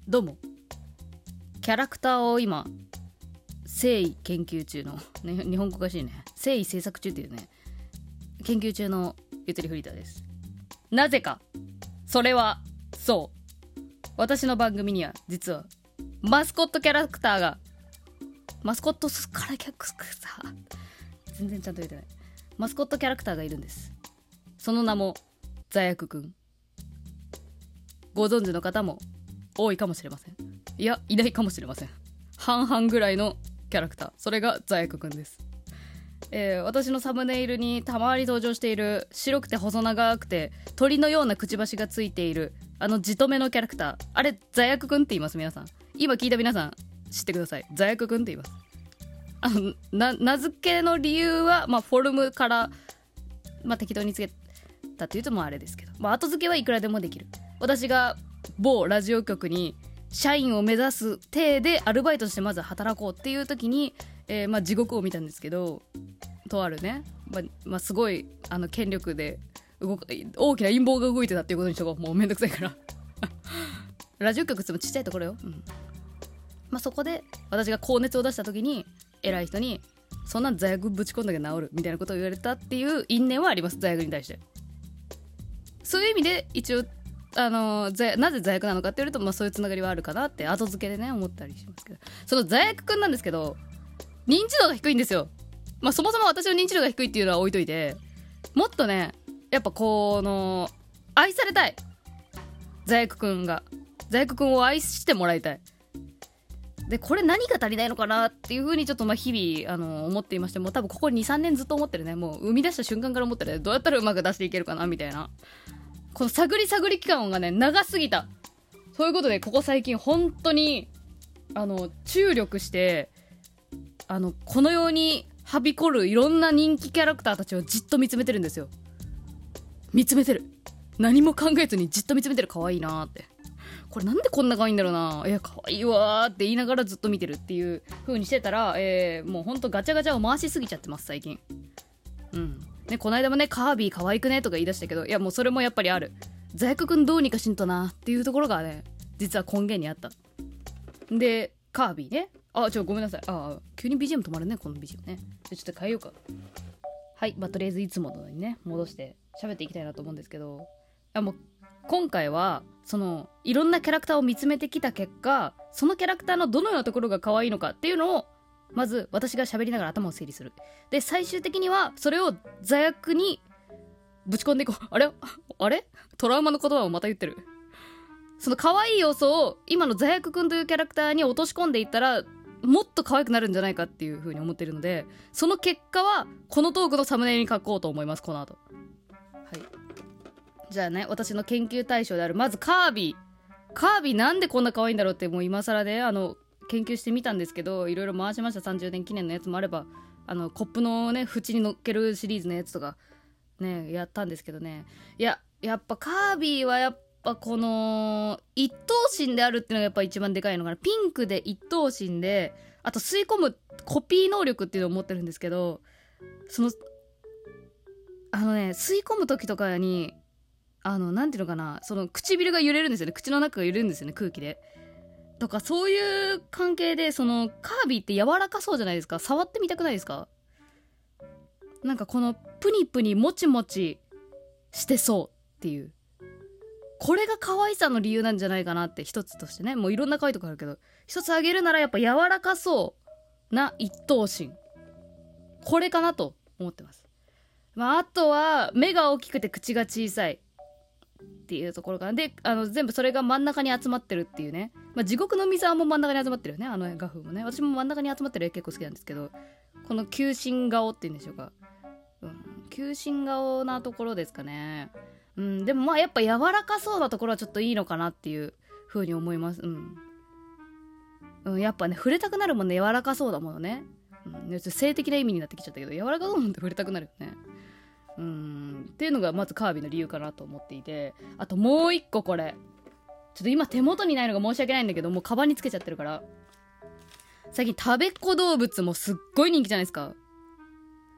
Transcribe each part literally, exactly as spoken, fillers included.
どうも。キャラクターを今誠意研究中の、ね、日本語おかしいね。誠意制作中っていうね、研究中のゆとりフリーターです。なぜか、それはそう私の番組には実はマスコットキャラクターがマスコットスカラキャラクター全然ちゃんと言えてないマスコットキャラクターがいるんです。その名も座薬くん。ご存知の方も多いかもしれません。いや、いないかもしれません。半々ぐらいのキャラクター、それが座薬くんです。えー、私のサムネイルにたまに登場している白くて細長くて鳥のようなくちばしがついているあのじとめのキャラクター、あれ座薬くんって言います。皆さん今聞いた皆さん知ってください。座薬くんって言います。あのな名付けの理由は、まあ、フォルムから、まあ、適当につけたっていうともあれですけど、まあ、後付けはいくらでもできる。私が某ラジオ局に社員を目指す体でアルバイトしてまず働こうっていう時に、えーまあ、地獄を見たんですけど、とあるね、まあまあ、すごいあの権力で動く大きな陰謀が動いてたっていうことにしとこう。もうめんどくさいからラジオ局ってもちっちゃいところよ、うんまあ、そこで私が高熱を出した時に偉い人にそんなん座薬ぶち込んだけど治るみたいなことを言われたっていう因縁はあります。座薬に対してそういう意味で一応あのー、なぜ座薬なのかって言われると、まあ、そういうつながりはあるかなって後付けでね思ったりしますけど、その座薬くんなんですけど認知度が低いんですよ。まあそもそも私の認知度が低いっていうのは置いといて、もっとねやっぱこの愛されたい。座薬くんが座薬くんを愛してもらいたい。でこれ何が足りないのかなっていう風にちょっとまあ日々あの思っていまして、もう多分ここ にさんねんずっと思ってるね。もう生み出した瞬間から思ってるね。どうやったらうまく出していけるかなみたいな、この探り探り期間がね長すぎた。そういうことでここ最近本当にあの注力してあのこのようにはびこるいろんな人気キャラクターたちをじっと見つめてるんですよ。見つめてる。何も考えずにじっと見つめてる。可愛いなーって。これなんでこんな可愛いんだろうな。いや可愛いわーって言いながらずっと見てるっていう風にしてたら、えー、もうほんとガチャガチャを回しすぎちゃってます最近。うんね、この間もねカービィ可愛くねとか言い出したけど、いやもうそれもやっぱりある。座薬くんどうにかしんとなっていうところがね実は根源にあった。でカービィね、あちょごめんなさい、あ急に ビージーエム 止まるねこの ビージーエム ね。ちょっと変えようか。はい、まあ、とりあえずいつものにね戻して喋っていきたいなと思うんですけど、あもう今回はそのいろんなキャラクターを見つめてきた結果、そのキャラクターのどのようなところが可愛いのかっていうのをまず私が喋りながら頭を整理する。で最終的にはそれを座薬にぶち込んでいこう。あれあれトラウマの言葉をまた言ってる。その可愛い要素を今の座薬くんというキャラクターに落とし込んでいったらもっと可愛くなるんじゃないかっていう風に思っているので、その結果はこのトークのサムネイルに書こうと思います。この後。はい。じゃあね、私の研究対象であるまずカービィ。カービィなんでこんな可愛いんだろうってもう今更ねあの研究してみたんですけど、いろいろ回しました。さんじゅうねん記念のやつもあれば、あのコップのね縁に乗っけるシリーズのやつとかねやったんですけどね、いややっぱカービィはやっぱこの一等身であるっていうのがやっぱ一番でかいのかな。ピンクで一等身で、あと吸い込むコピー能力っていうのを持ってるんですけど、そのあのね吸い込む時とかにあのなんていうのかな、その唇が揺れるんですよね。口の中が揺れるんですよね、空気でとか、そういう関係でそのカービィって柔らかそうじゃないですか。触ってみたくないですか？なんかこのプニプニもちもちしてそうっていう、これが可愛さの理由なんじゃないかなって一つとしてね。もういろんな可愛いとこあるけど一つあげるならやっぱ柔らかそうな一等身、これかなと思ってます。まああとは目が大きくて口が小さいっていうところかな。であの全部それが真ん中に集まってるっていうね。まあ地獄の水も真ん中に集まってるよね、あの画風もね。私も真ん中に集まってる絵結構好きなんですけど、この球心顔っていうんでしょうか、うん、球心顔なところですかね。うん、でもまあやっぱ柔らかそうなところはちょっといいのかなっていう風に思います。うん、うん、やっぱね触れたくなるもんね、柔らかそうだものね。うん、性的な意味になってきちゃったけど、柔らかそうもんって触れたくなるよね。うんっていうのがまずカービィの理由かなと思っていて、あともう一個、これちょっと今手元にないのが申し訳ないんだけど、もうカバンにつけちゃってるから、最近食べっ子動物もすっごい人気じゃないですか。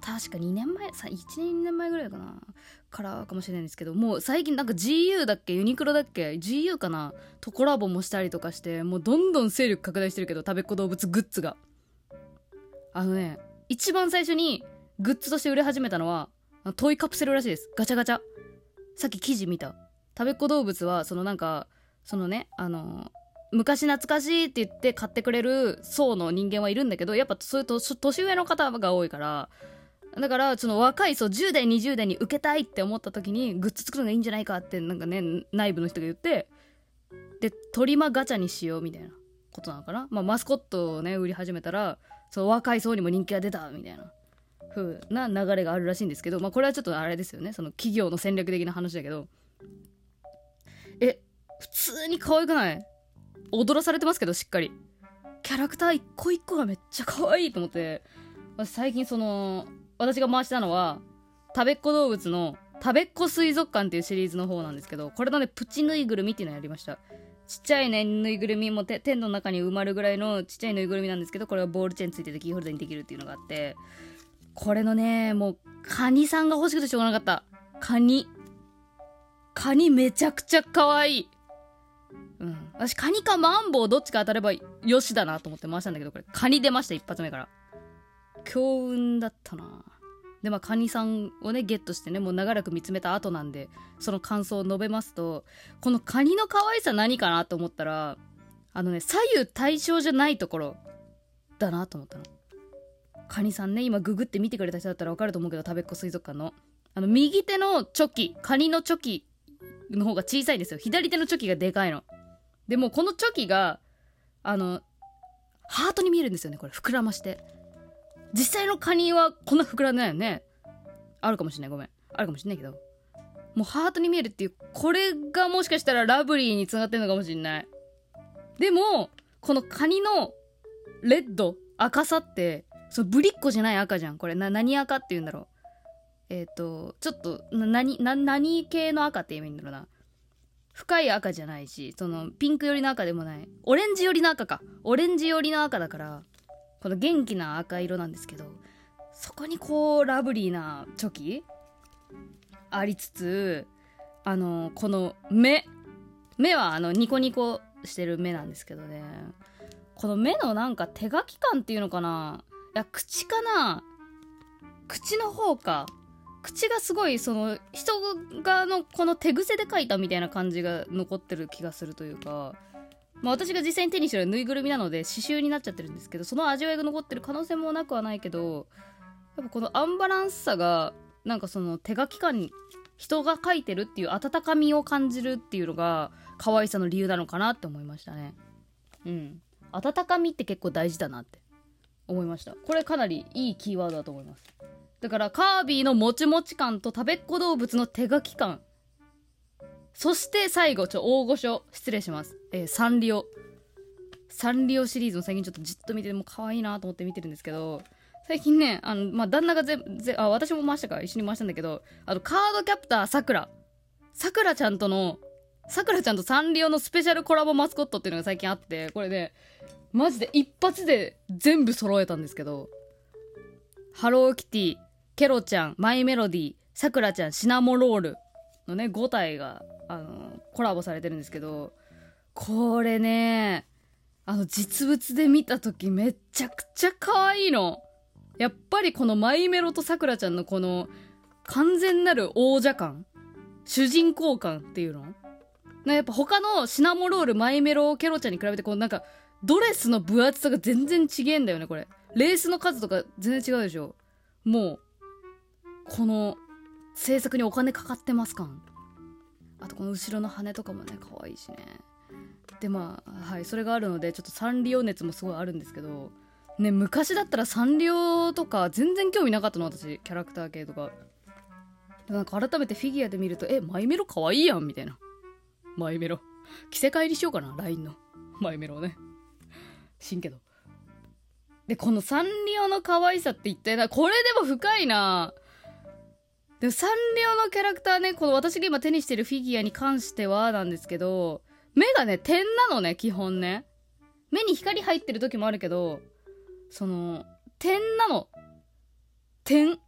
確かにねんまえさいちねんにねんまえぐらいかなからかもしれないんですけど、もう最近なんか ジーユー だっけユニクロだっけ ジーユー かなとコラボもしたりとかして、もうどんどん勢力拡大してるけど、食べっ子動物グッズがあのね、一番最初にグッズとして売れ始めたのはトイカプセルらしいです。ガチャガチャ。さっき記事見た。食べっ子動物はそのなんかそのね、あの昔懐かしいって言って買ってくれる層の人間はいるんだけど、やっぱそういうと年上の方が多いから、だからその若い層じゅう代にじゅう代に受けたいって思った時にグッズ作るのがいいんじゃないかってなんかね内部の人が言って、でトリマガチャにしようみたいなことなのかな。まあマスコットをね売り始めたらその若い層にも人気が出たみたいな風な流れがあるらしいんですけど、まあこれはちょっとあれですよね、その企業の戦略的な話だけど、え普通に可愛くない？踊らされてますけど、しっかりキャラクター一個一個がめっちゃ可愛いと思って、私最近その私が回したのは食べっ子動物の食べっ子水族館っていうシリーズの方なんですけど、これのねプチぬいぐるみっていうのをやりました。ちっちゃいねぬいぐるみもてテントの中に埋まるぐらいのちっちゃいぬいぐるみなんですけど、これがボールチェーンついててキーホルダーにできるっていうのがあって、これのねもうカニさんが欲しくてしょうがなかった。カニカニめちゃくちゃ可愛い。うん、私カニかマンボウどっちか当たればよしだなと思って回したんだけど、これカニ出ました。一発目から強運だったな。でまあカニさんをねゲットしてね、もう長らく見つめた後なんでその感想を述べますと、このカニの可愛さ何かなと思ったら、あのね左右対称じゃないところだなと思ったの。カニさんね、今ググって見てくれた人だったら分かると思うけど、食べっ子水族館のあの右手のチョキ、カニのチョキの方が小さいんですよ。左手のチョキがでかいので、もうこのチョキがあのハートに見えるんですよね。これ膨らまして、実際のカニはこんな膨らんでないよね。あるかもしれない、ごめんあるかもしれないけど、もうハートに見えるっていう、これがもしかしたらラブリーにつながってるのかもしれない。でもこのカニのレッド赤さってそのぶりっ子じゃない赤じゃん。これな何赤って言うんだろう。えっ、ー、とちょっとな何な何系の赤って言えばいいんだろうな。深い赤じゃないし、そのピンク寄りの赤でもない、オレンジ寄りの赤か。オレンジ寄りの赤だから、この元気な赤色なんですけど、そこにこうラブリーなチョキありつつ、あのこの目目はあのニコニコしてる目なんですけどね、この目のなんか手書き感っていうのかな、いや口かな、口の方か、口がすごいその人がのこの手癖で描いたみたいな感じが残ってる気がするというか、まあ、私が実際に手にしてるぬいぐるみなので刺繍になっちゃってるんですけど、その味わいが残ってる可能性もなくはないけど、やっぱこのアンバランスさがなんかその手書き感に人が描いてるっていう温かみを感じるっていうのが可愛さの理由なのかなって思いましたね。うん、温かみって結構大事だなって思いました。これかなりいいキーワードだと思います。だからカービィのもちもち感と食べっ子動物の手書き感、そして最後ちょ大御所失礼します、えー、サンリオサンリオシリーズも最近ちょっとじっと見てても可愛いなと思って見てるんですけど、最近ねあの、まあ、旦那がぜぜあ私も回したから一緒に回したんだけど、あのカードキャプターさくらさくらちゃんとのさくらちゃんとサンリオのスペシャルコラボマスコットっていうのが最近あって、これねマジで一発で全部揃えたんですけど、ハローキティ、ケロちゃん、マイメロディー、さくらちゃん、シナモロールのねご体があのコラボされてるんですけど、これねあの実物で見た時めっちゃくちゃ可愛いの。やっぱりこのマイメロとさくらちゃんのこの完全なる王者感、主人公感っていうのな、やっぱ他のシナモロール、マイメロ、ケロちゃんに比べてこうなんかドレスの分厚さが全然違えんだよね。これレースの数とか全然違うでしょ。もうこの制作にお金かかってます感、あとこの後ろの羽とかもね可愛いしね。でまあはいそれがあるのでちょっとサンリオ熱もすごいあるんですけどね、昔だったらサンリオとか全然興味なかったの私、キャラクター系とか。でなんか改めてフィギュアで見るとえマイメロ可愛いやんみたいな。マイメロ着せ替えにしようかな ライン のマイメロをねしんけど。でこのサンリオの可愛さって一体な、これでも深いな。でもサンリオのキャラクターね、この私が今手にしてるフィギュアに関してはなんですけど、目がね点なのね基本ね。目に光入ってる時もあるけど、その点なの。点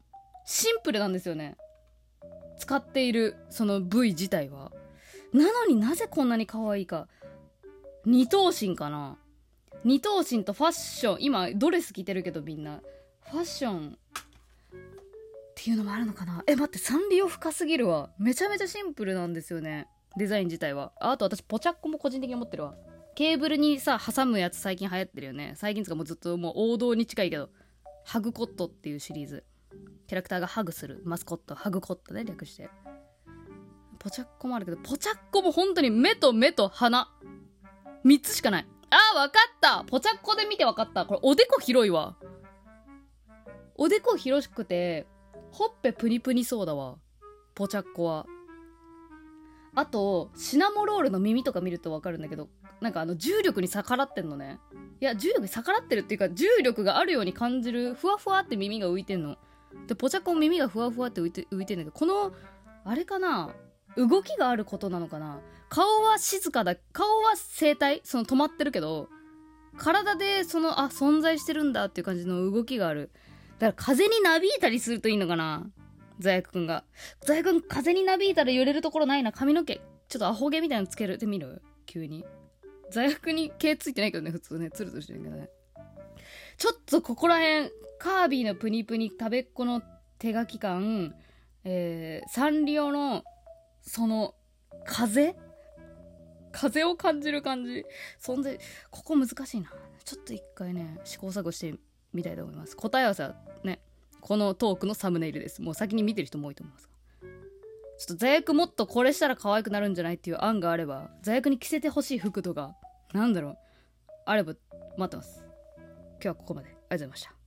シンプルなんですよね、使っているその部位自体は。なのになぜこんなに可愛いか。二頭身かな。二頭身とファッション、今ドレス着てるけどみんなファッションっていうのもあるのかな。え待って、サンリオ深すぎるわ。めちゃめちゃシンプルなんですよね、デザイン自体は。あと私ポチャッコも個人的に持ってるわ。ケーブルにさ挟むやつ最近流行ってるよね。最近とかもうずっともう王道に近いけど、ハグコットっていうシリーズ、キャラクターがハグするマスコット、ハグコットね略して。ポチャッコもあるけど、ポチャッコも本当に目と目と鼻みっつしかない。あーわかった、ポチャッコで見てわかった。これおでこ広いわ。おでこ広くてほっぺプニプニそうだわ、ポチャッコは。あとシナモロールの耳とか見るとわかるんだけど、なんかあの重力に逆らってんのね。いや重力に逆らってるっていうか、重力があるように感じる、ふわふわって耳が浮いてんので、ポチャッコも耳がふわふわって浮いて浮いてんだけど、このあれかな、動きがあることなのかな。顔は静かだ、顔は静体、その止まってるけど体でそのあ存在してるんだっていう感じの動きがある。だから風になびいたりするといいのかな、ザヤクくんが。ザヤくん風になびいたら揺れるところないな。髪の毛ちょっとアホ毛みたいなのつけるってみる、急に。ザヤクに毛ついてないけどね、普通ね、ツルツルしてるけどね。ちょっとここら辺カービィのプニプニ、食べっ子の手書き感、えー、サンリオのその風風を感じる感じ、存在、ここ難しいな。ちょっと一回ね試行錯誤してみたいと思います。答え合わせはねこのトークのサムネイルです。もう先に見てる人も多いと思いますが、ちょっと座薬もっとこれしたら可愛くなるんじゃないっていう案があれば、座薬に着せてほしい服とかなんだろうあれば待ってます。今日はここまで。ありがとうございました。